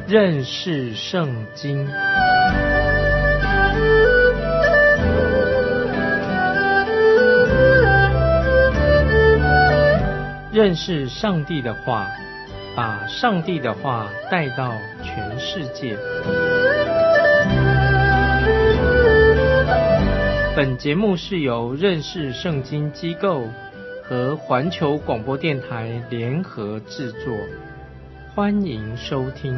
认识圣经。认识上帝的话，把上帝的话带到全世界。本节目是由认识圣经机构和环球广播电台联合制作，欢迎收听。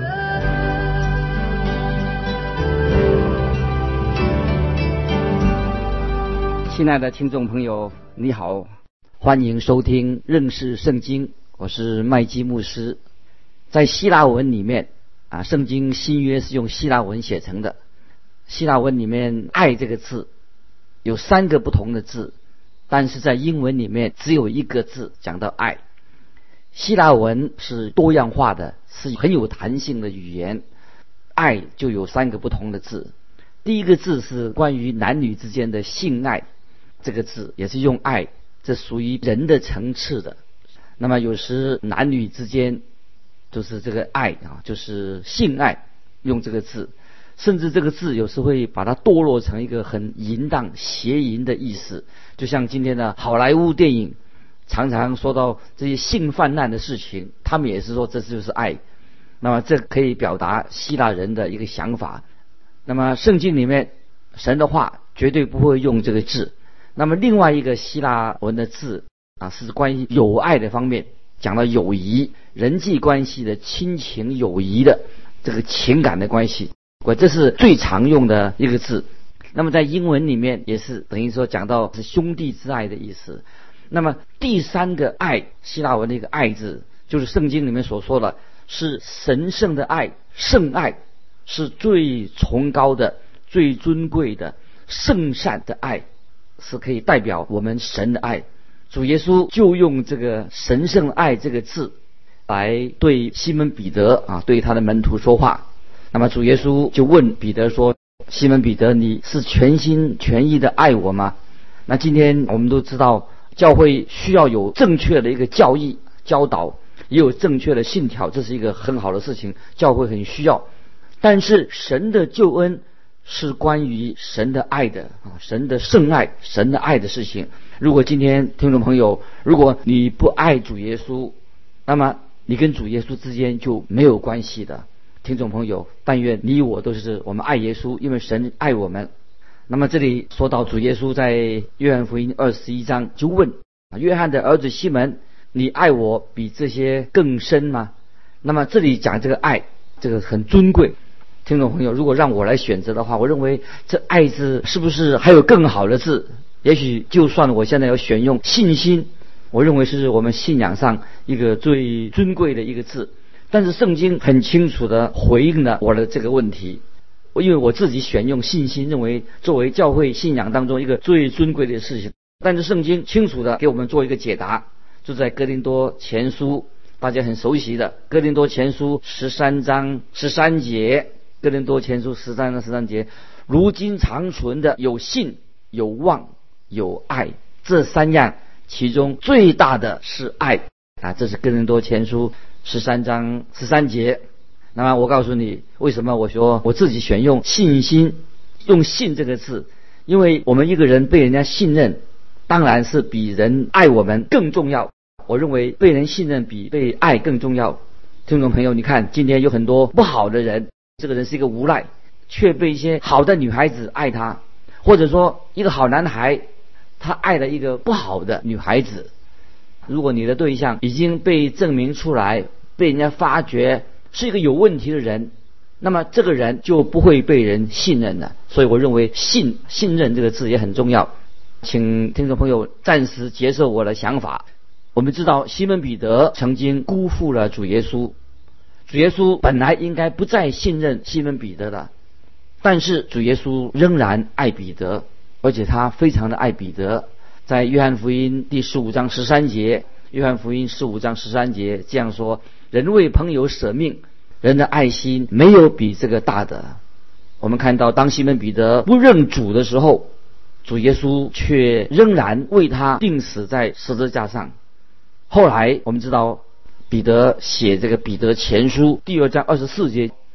亲爱的听众朋友，你好，欢迎收听认识圣经，我是麦基牧师。在希腊文里面圣经新约是用希腊文写成的。希腊文里面爱这个字有3个不同的字，但是在英文里面只有1个字讲到爱。希腊文是多样化的，是很有弹性的语言，爱就有3个不同的字。第一个字是关于男女之间的性爱，这个字也是用爱，这属于人的层次的。那么有时男女之间就是这个爱就是性爱，用这个字，甚至这个字有时会把它堕落成一个很淫荡邪淫的意思。就像今天的好莱坞电影常常说到这些性泛滥的事情，他们也是说这就是爱。那么这可以表达希腊人的一个想法。那么圣经里面神的话绝对不会用这个字。那么另外一个希腊文的字是关于友爱的方面，讲到友谊、人际关系的亲情友谊的这个情感的关系，这是最常用的一个字。那么在英文里面也是等于说讲到是兄弟之爱的意思。那么第3个爱，希腊文的一个爱字，就是圣经里面所说的是神圣的爱，圣爱，是最崇高的、最尊贵的、圣善的爱，是可以代表我们神的爱。主耶稣就用这个神圣爱这个字来对西门彼得对他的门徒说话。那么主耶稣就问彼得说，西门彼得，你是全心全意的爱我吗？那今天我们都知道，教会需要有正确的一个教义教导，也有正确的信条，这是一个很好的事情，教会很需要。但是神的救恩是关于神的爱的神的圣爱，神的爱的事情。如果今天听众朋友，如果你不爱主耶稣，那么你跟主耶稣之间就没有关系的。听众朋友，但愿你我都是我们爱耶稣，因为神爱我们。那么这里说到主耶稣在约翰福音21章就问约翰的儿子西门，你爱我比这些更深吗？那么这里讲这个爱，这个很尊贵。听众朋友，如果让我来选择的话，我认为这爱字是不是还有更好的字？也许就算我现在要选用信心，我认为是我们信仰上一个最尊贵的一个字。但是圣经很清楚地回应了我的这个问题，因为我自己选用信心，认为作为教会信仰当中一个最尊贵的事情。但是圣经清楚地给我们做一个解答，就在哥林多前书，大家很熟悉的哥林多前书13章13节，哥林多前书13章13节，如今长存的有信、有望、有爱，这3样其中最大的是爱这是哥林多前书13章13节。那么我告诉你，为什么我说我自己选用信心，用信这个字，因为我们一个人被人家信任，当然是比人爱我们更重要。我认为被人信任比被爱更重要。听众朋友，你看今天有很多不好的人，这个人是一个无赖，却被一些好的女孩子爱他，或者说一个好男孩他爱了一个不好的女孩子。如果你的对象已经被证明出来，被人家发觉是一个有问题的人，那么这个人就不会被人信任了。所以我认为信任这个字也很重要。请听众朋友暂时接受我的想法。我们知道西门彼得曾经辜负了主耶稣，主耶稣本来应该不再信任西门彼得的，但是主耶稣仍然爱彼得，而且他非常的爱彼得。在约翰福音第15章13节，约翰福音15章13节这样说，人为朋友舍命，人的爱心没有比这个大的。我们看到当西门彼得不认主的时候，主耶稣却仍然为他钉死在十字架上。后来我们知道彼得写这个彼得前书第2章24节，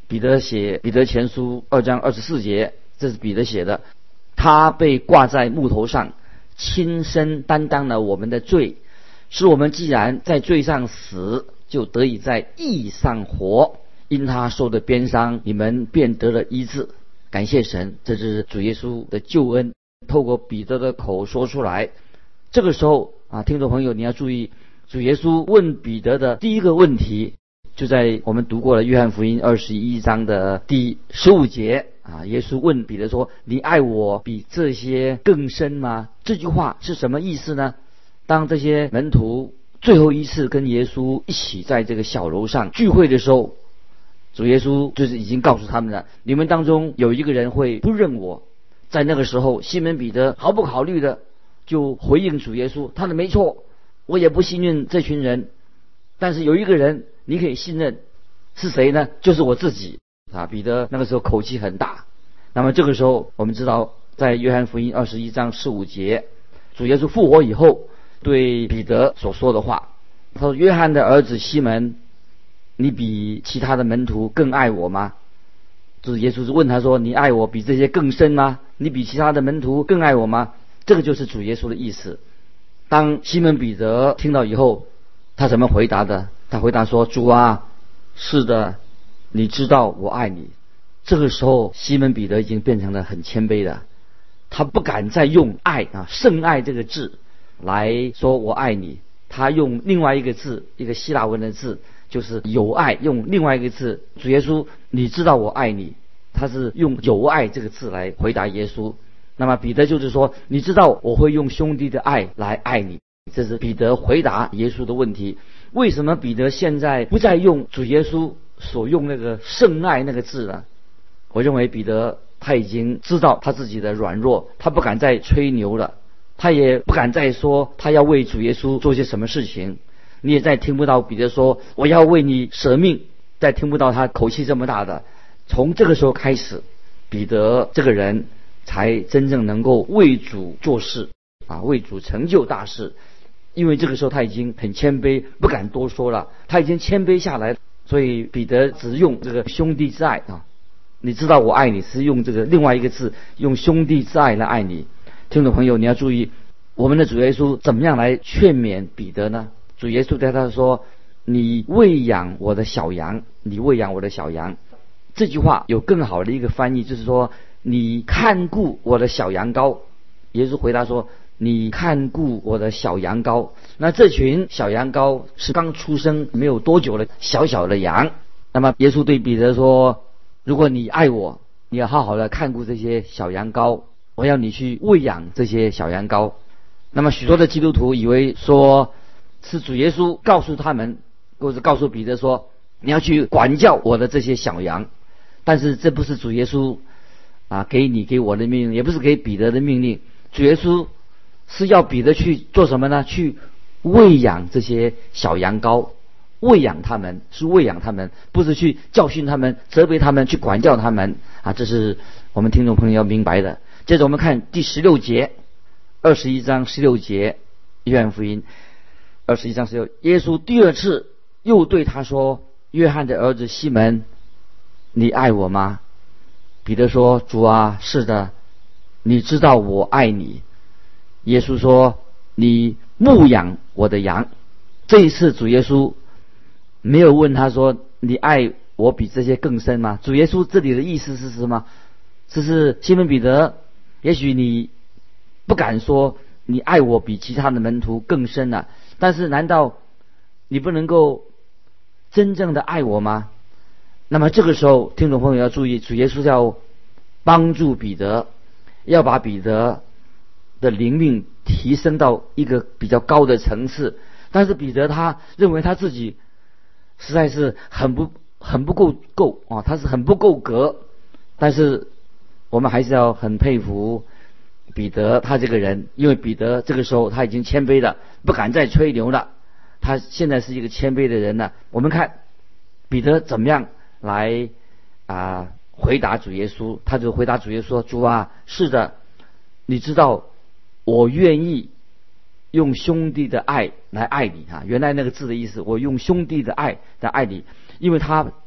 彼得写彼得前书2章24节，这是彼得写的。他被挂在木头上，亲身担当了我们的罪，使我们既然在罪上死，就得以在义上活。因他受的鞭伤，你们便得了医治。感谢神，这是主耶稣的救恩透过彼得的口说出来。这个时候听众朋友你要注意，主耶稣问彼得的第一个问题，就在我们读过了约翰福音21章的第15节耶稣问彼得说，你爱我比这些更深吗？这句话是什么意思呢？当这些门徒最后一次跟耶稣一起在这个小楼上聚会的时候，主耶稣就是已经告诉他们了，你们当中有一个人会不认我。在那个时候，西门彼得毫不考虑的就回应主耶稣，他说没错，我也不信任这群人，但是有一个人你可以信任，是谁呢？就是我自己彼得那个时候口气很大。那么这个时候我们知道，在约翰福音21章15节，主耶稣复活以后对彼得所说的话，他说，约翰的儿子西门，你比其他的门徒更爱我吗？就是耶稣是问他说，你爱我比这些更深吗？你比其他的门徒更爱我吗？这个就是主耶稣的意思。当西门彼得听到以后，他怎么回答的？他回答说，主啊，是的，你知道我爱你。这个时候西门彼得已经变成了很谦卑的，他不敢再用爱圣爱这个字来说我爱你，他用另外一个字，一个希腊文的字，就是有爱，用另外一个字，主耶稣你知道我爱你，他是用有爱这个字来回答耶稣。那么彼得就是说，你知道我会用兄弟的爱来爱你。这是彼得回答耶稣的问题。为什么彼得现在不再用主耶稣所用那个圣爱那个字呢？我认为彼得他已经知道他自己的软弱，他不敢再吹牛了，他也不敢再说他要为主耶稣做些什么事情。你也再听不到彼得说我要为你舍命，再听不到他口气这么大的。从这个时候开始，彼得这个人才真正能够为主做事为主成就大事。因为这个时候他已经很谦卑，不敢多说了，他已经谦卑下来，所以彼得只用这个兄弟之爱你知道我爱你，是用这个另外一个字，用兄弟之爱来爱你。听众朋友你要注意，我们的主耶稣怎么样来劝勉彼得呢？主耶稣对他说，你喂养我的小羊，你喂养我的小羊。这句话有更好的一个翻译，就是说你看顾我的小羊羔。耶稣回答说，你看顾我的小羊羔。那这群小羊羔是刚出生没有多久的小小的羊。那么耶稣对彼得说，如果你爱我，你要好好的看顾这些小羊羔，我要你去喂养这些小羊羔。那么许多的基督徒以为说是主耶稣告诉他们，或者告诉彼得说，你要去管教我的这些小羊。但是这不是主耶稣给我的命令，也不是给彼得的命令。主耶稣是要彼得去做什么呢？去喂养这些小羊羔，喂养他们，是喂养他们，不是去教训他们、责备他们、去管教他们这是我们听众朋友要明白的。接着我们看第16节，21章16节，约翰福音21章16，耶稣第二次又对他说，约翰的儿子西门，你爱我吗？彼得说，主啊，是的，你知道我爱你。耶稣说，你牧养我的羊。这一次主耶稣没有问他说，你爱我比这些更深吗？主耶稣这里的意思是什么？这是西门彼得，也许你不敢说你爱我比其他的门徒更深了，但是难道你不能够真正的爱我吗？那么这个时候听众朋友要注意，主耶稣要帮助彼得，要把彼得的灵命提升到一个比较高的层次。但是彼得他认为他自己实在是很不够他是很不够格。但是我们还是要很佩服彼得他这个人，因为彼得这个时候他已经谦卑了，不敢再吹牛了，他现在是一个谦卑的人了。我们看彼得怎么样来回答主耶稣。他就回答主耶稣说，主啊，是的，你知道我愿意用兄弟的爱来爱你原来那个字的意思，我用兄弟的爱来爱你。因为他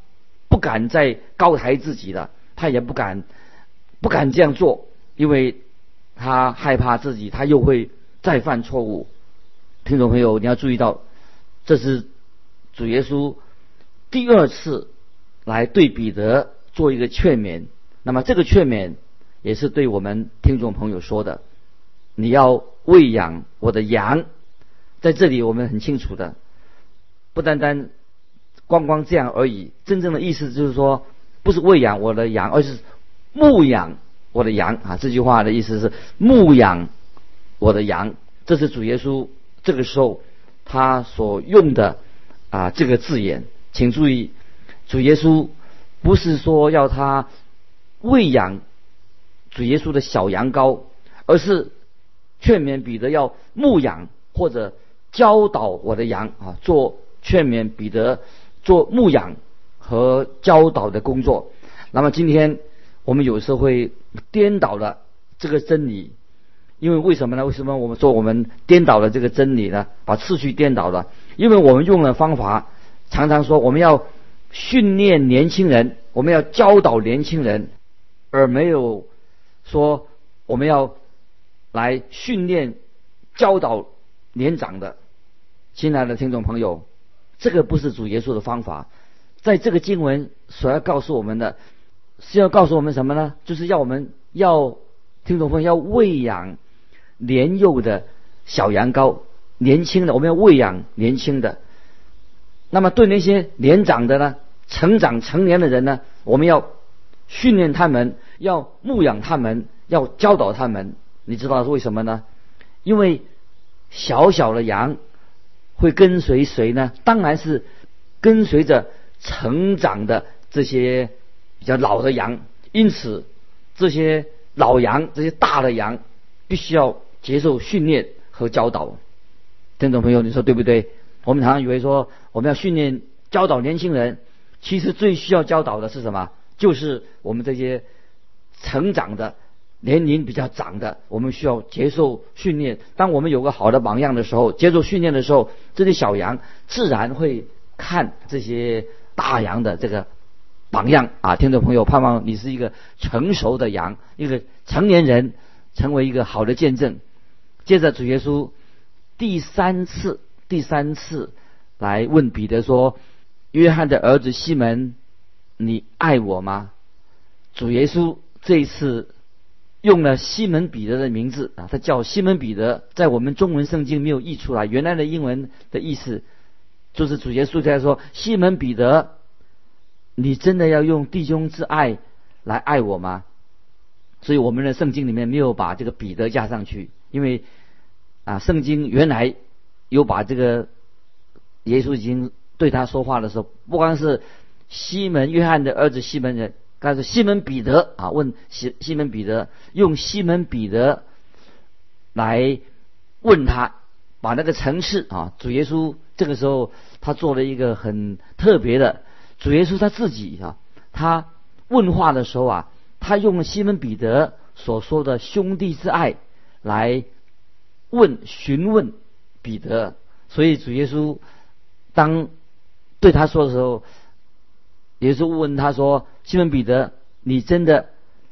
不敢再高抬自己了，他也不敢这样做，因为他害怕自己他又会再犯错误。听众朋友，你要注意到，这是主耶稣第二次来对彼得做一个劝勉。那么这个劝勉也是对我们听众朋友说的，你要喂养我的羊。在这里我们很清楚的，不单单光这样而已，真正的意思就是说，不是喂养我的羊，而是牧养我的羊啊。这句话的意思是牧养我的羊，这是主耶稣这个时候他所用的这个字眼。请注意，主耶稣不是说要他喂养主耶稣的小羊羔，而是劝勉彼得要牧养或者教导我的羊做劝勉彼得做牧养和教导的工作。那么今天我们有时候会颠倒了这个真理，因为为什么呢？为什么我们说我们颠倒了这个真理呢？把次序颠倒了，因为我们用了方法，常常说我们要训练年轻人，我们要教导年轻人，而没有说我们要来训练教导年长的。亲爱的听众朋友，这个不是主耶稣的方法。在这个经文所要告诉我们的，是要告诉我们什么呢？就是要我们听众朋友要喂养年幼的小羊羔，年轻的我们要喂养年轻的。那么对那些年长的呢，成年的人呢，我们要训练他们，要牧养他们，要教导他们。你知道是为什么呢？因为小小的羊会跟随谁呢？当然是跟随着成长的这些比较老的羊。因此这些老羊，这些大的羊必须要接受训练和教导。听众朋友，你说对不对？我们常常以为说我们要训练教导年轻人，其实最需要教导的是什么？就是我们这些成长的年龄比较长的，我们需要接受训练。当我们有个好的榜样的时候，接受训练的时候，这些小羊自然会看这些大羊的这个榜样听众朋友，盼望你是一个成熟的羊，一个成年人，成为一个好的见证。接着主耶稣第三次来问彼得说，约翰的儿子西门，你爱我吗？主耶稣这一次用了西门彼得的名字他叫西门彼得，在我们中文圣经没有译出来，原来的英文的意思就是主耶稣在说，西门彼得，你真的要用弟兄之爱来爱我吗？所以我们的圣经里面没有把这个彼得加上去，因为圣经原来有把这个耶稣已经对他说话的时候，不光是西门约翰的儿子西门人，但是西门彼得问西门彼得，用西门彼得来问他，把那个层次主耶稣这个时候他做了一个很特别的，主耶稣他自己他问话的时候他用了西门彼得所说的兄弟之爱来询问彼得。所以主耶稣当对他说的时候，耶稣问他说，西门彼得，你真的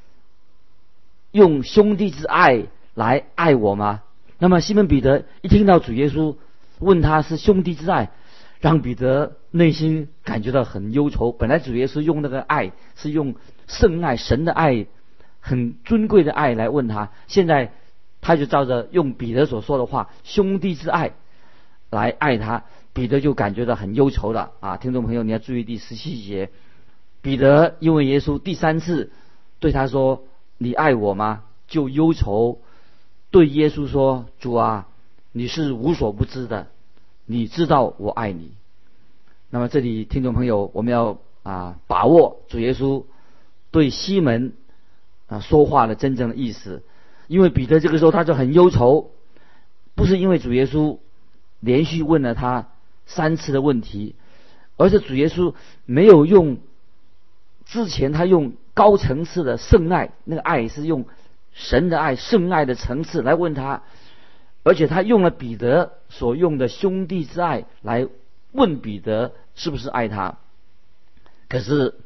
用兄弟之爱来爱我吗？那么西门彼得一听到主耶稣问他是兄弟之爱，让彼得内心感觉到很忧愁。本来主耶稣用那个爱是用圣爱，神的爱，很尊贵的爱来问他，现在他就照着用彼得所说的话，兄弟之爱来爱他，彼得就感觉到很忧愁了听众朋友，你要注意第17节，彼得因为耶稣第三次对他说你爱我吗，就忧愁，对耶稣说，主啊，你是无所不知的，你知道我爱你。那么这里听众朋友，我们要把握主耶稣对西门说话的真正的意思。因为彼得这个时候他就很忧愁，不是因为主耶稣连续问了他3次的问题，而是主耶稣没有用之前他用高层次的圣爱，那个爱是用神的爱，圣爱的层次来问他，而且他用了彼得所用的兄弟之爱来问彼得是不是爱他。可是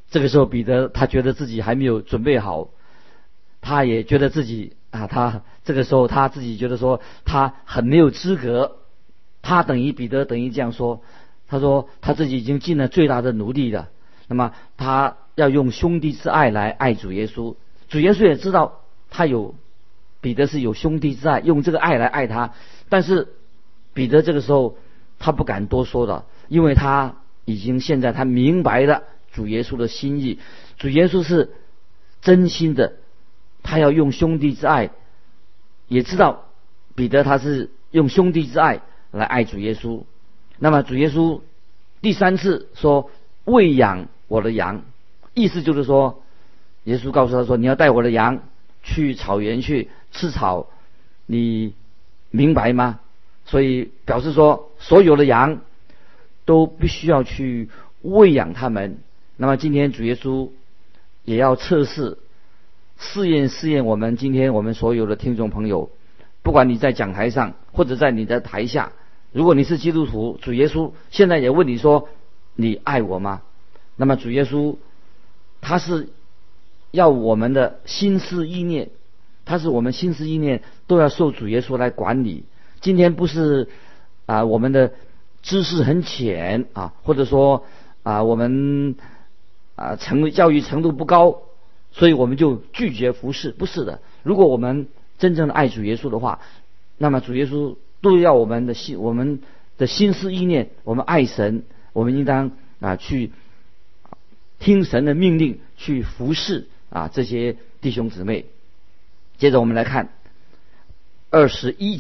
这个时候彼得他觉得自己还没有准备好，他也觉得自己他这个时候他自己觉得说他很没有资格。彼得等于这样说，他说他自己已经尽了最大的努力了，那么他要用兄弟之爱来爱主耶稣。主耶稣也知道彼得是有兄弟之爱，用这个爱来爱他。但是彼得这个时候他不敢多说了，因为他现在他明白了主耶稣的心意，主耶稣是真心的，他要用兄弟之爱，也知道彼得他是用兄弟之爱来爱主耶稣。那么主耶稣第3次说喂养我的羊，意思就是说耶稣告诉他说你要带我的羊去草原去吃草，你明白吗？所以表示说所有的羊都必须要去喂养他们。那么今天主耶稣也要试验我们今天我们所有的听众朋友，不管你在讲台上或者在你的台下，如果你是基督徒，主耶稣现在也问你说你爱我吗？那么主耶稣他是要我们的心思意念，我们心思意念都要受主耶稣来管理。今天不是我们的知识很浅或者说我们教育程度不高，所以我们就拒绝服侍，不是的。如果我们真正的爱主耶稣的话，那么主耶稣都要我们的心思意念，我们爱神，我们应当去听神的命令，去服侍这些弟兄姊妹。接着我们来看21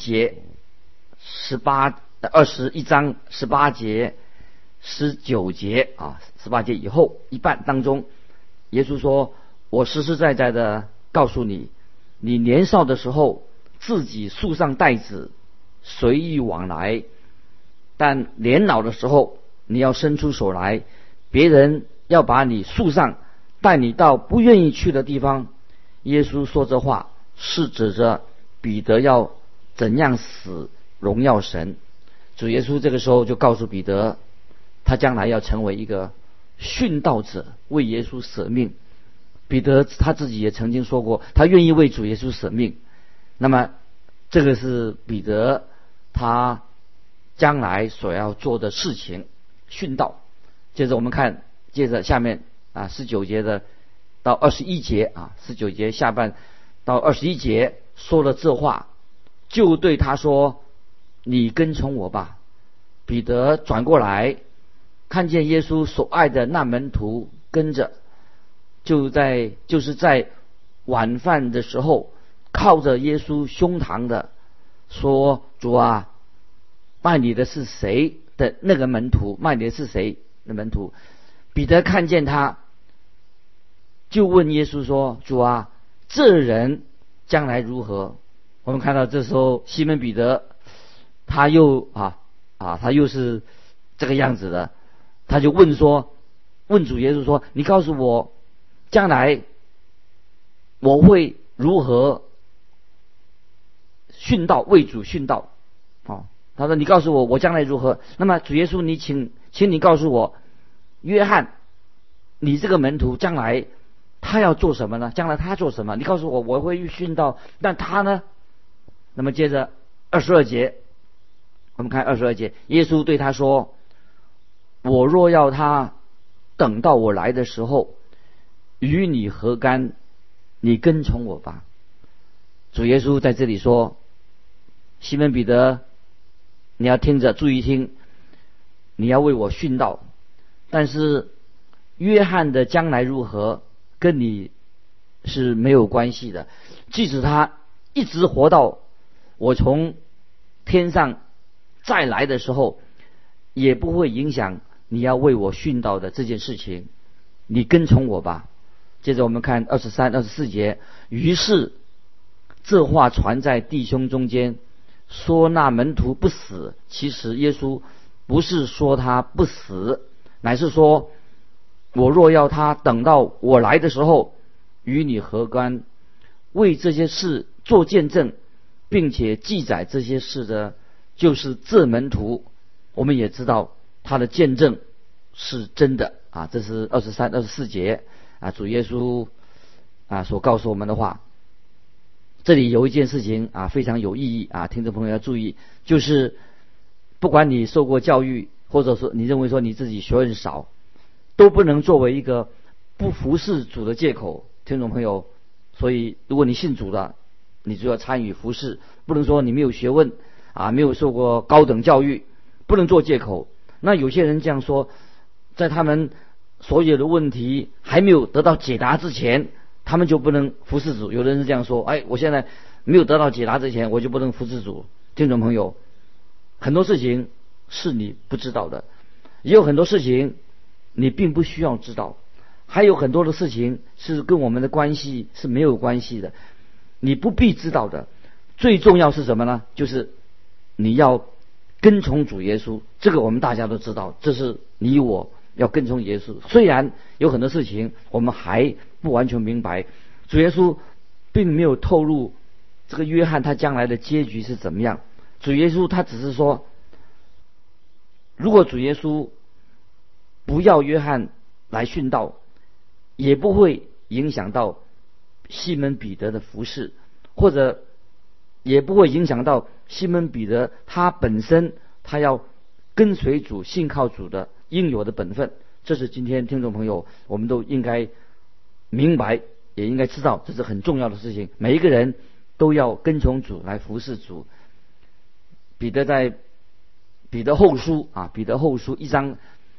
章18节19节18节以后一半当中，耶稣说我实实在在的告诉你，你年少的时候自己束上带子随意往来，但年老的时候你要伸出手来，别人要把你束上，带你到不愿意去的地方。耶稣说这话是指着彼得要怎样死荣耀神。主耶稣这个时候就告诉彼得，他将来要成为一个殉道者，为耶稣舍命。彼得他自己也曾经说过，他愿意为主耶稣舍命。那么这个是彼得他将来所要做的事情，殉道。接着我们看，接着下面19节的到21节19节下半到21节说了这话，就对他说你跟从我吧。彼得转过来看见耶稣所爱的那门徒跟着，就是在晚饭的时候靠着耶稣胸膛的说，主啊，卖你的是谁的那个门徒，卖你的是谁的门徒。彼得看见他就问耶稣说，主啊，这人将来如何？我们看到这时候西门彼得他又是这个样子的，他就问主耶稣说，你告诉我将来我会如何殉道，为主殉道。他说你告诉我将来如何。那么主耶稣你请你告诉我，约翰你这个门徒将来他要做什么呢？将来他做什么？你告诉我，我会殉道，但他呢？那么接着22节，我们看22节，耶稣对他说，我若要他等到我来的时候与你何干？你跟从我吧。主耶稣在这里说，西门彼得，你要听着，注意听，你要为我殉道，但是约翰的将来如何跟你是没有关系的。即使他一直活到我从天上再来的时候，也不会影响你要为我殉道的这件事情。你跟从我吧。接着我们看23、24节，于是这话传在弟兄中间，说那门徒不死。其实耶稣不是说他不死，乃是说我若要他等到我来的时候与你何干？为这些事做见证并且记载这些事的就是这门徒。我们也知道他的见证是真的。 啊，这是23、24节啊，主耶稣啊所告诉我们的话。这里有一件事情啊非常有意义啊，听众朋友要注意，就是不管你受过教育，或者说你认为说你自己学问少，都不能作为一个不服侍主的借口，听众朋友。所以如果你信主了，你就要参与服侍，不能说你没有学问啊，没有受过高等教育，不能做借口。那有些人这样说，在他们所有的问题还没有得到解答之前，他们就不能服侍主。有的人是这样说，我现在没有得到解答之前，我就不能服侍主。听众朋友，很多事情是你不知道的，也有很多事情你并不需要知道，还有很多的事情是跟我们的关系是没有关系的，你不必知道的。最重要是什么呢？就是你要跟从主耶稣，这个我们大家都知道，这是你我要跟从耶稣。虽然有很多事情我们还不完全明白，主耶稣并没有透露这个约翰他将来的结局是怎么样。主耶稣他只是说，如果主耶稣不要约翰来殉道，也不会影响到西门彼得的服事，或者也不会影响到西门彼得他本身他要跟随主信靠主的应有的本分。这是今天听众朋友我们都应该明白，也应该知道，这是很重要的事情。每一个人都要跟从主来服侍主。彼得在彼得后书1章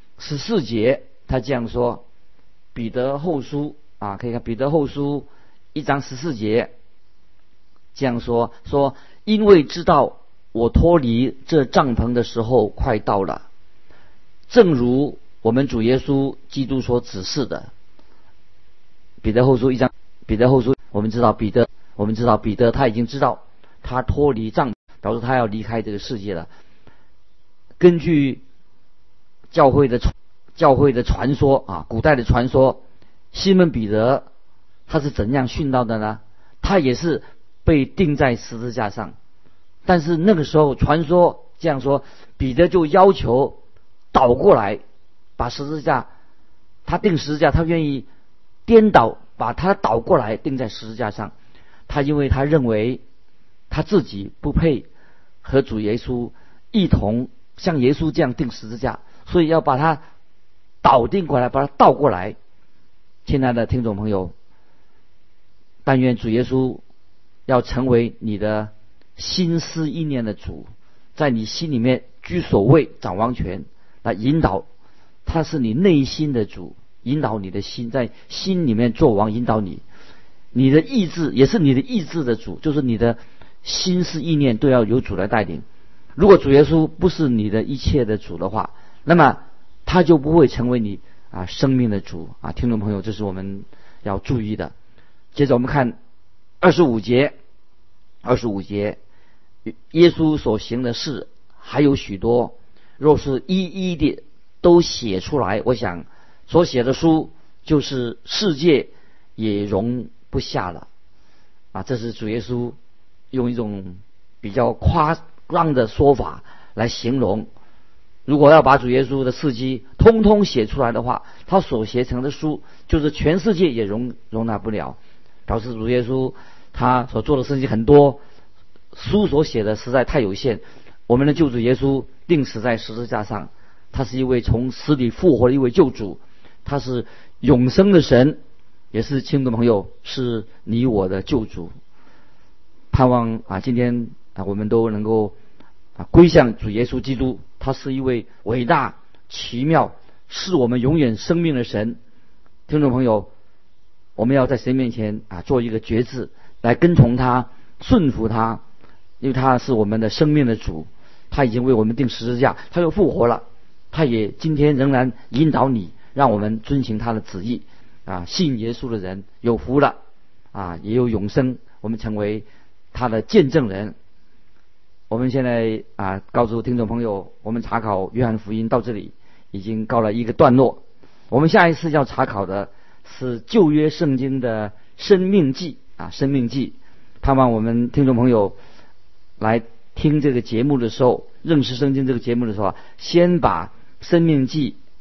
14节他这样说，彼得后书可以看彼得后书1章14节这样说，因为知道我脱离这帐篷的时候快到了，正如我们主耶稣基督所指示的。彼得后书我们知道彼得他已经知道他脱离帐篷，表示他要离开这个世界了。根据教会的传说古代的传说，西门彼得他是怎样殉道的呢？他也是被钉在十字架上，但是那个时候传说这样说，彼得就要求倒过来把十字架，他钉十字架，他愿意颠倒把他倒过来钉在十字架上。他因为他认为他自己不配和主耶稣一同像耶稣这样钉十字架，所以要把它倒钉过来，把它倒过来。亲爱的听众朋友，但愿主耶稣要成为你的心思意念的主，在你心里面居首位，掌王权，来引导。他是你内心的主，引导你的心，在心里面做王，引导你。你的意志也是你的意志的主，就是你的心思意念都要由主来带领。如果主耶稣不是你的一切的主的话，那么他就不会成为你生命的主听众朋友，这是我们要注意的。接着我们看25节，耶稣所行的事还有许多，若是一一的都写出来，我想所写的书就是世界也容不下了这是主耶稣用一种比较夸张的说法来形容。如果要把主耶稣的事迹通通写出来的话，他所写成的书就是全世界也容纳不了，表示主耶稣他所做的事情很多，书所写的实在太有限。我们的救主耶稣钉死在十字架上，他是一位从死里复活的一位救主，他是永生的神，也是亲爱的朋友，是你我的救主。盼望今天我们都能够归向主耶稣基督，他是一位伟大奇妙是我们永远生命的神。听众朋友，我们要在神面前做一个决志，来跟从他，顺服他，因为他是我们的生命的主，他已经为我们钉十字架，他又复活了，他也今天仍然引导你，让我们遵行他的旨意信耶稣的人有福了也有永生，我们成为他的见证人。我们现在告诉听众朋友，我们查考约翰福音到这里已经告了一个段落。我们下一次要查考的是旧约圣经的生命记生命记。盼望我们听众朋友来听这个节目的时候，认识圣经这个节目的时候先把生命记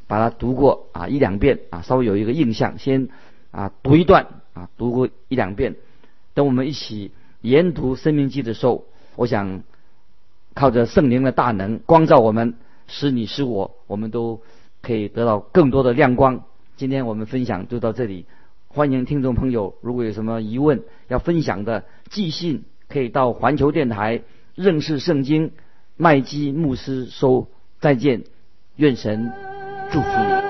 把它读过一两遍稍微有一个印象，先读一段读过一两遍。等我们一起研读申命记的时候，我想靠着圣灵的大能光照我们，使你使我，我们都可以得到更多的亮光。今天我们分享就到这里，欢迎听众朋友如果有什么疑问要分享的，寄信可以到环球电台认识圣经麦基牧师收。再见，愿神祝福你。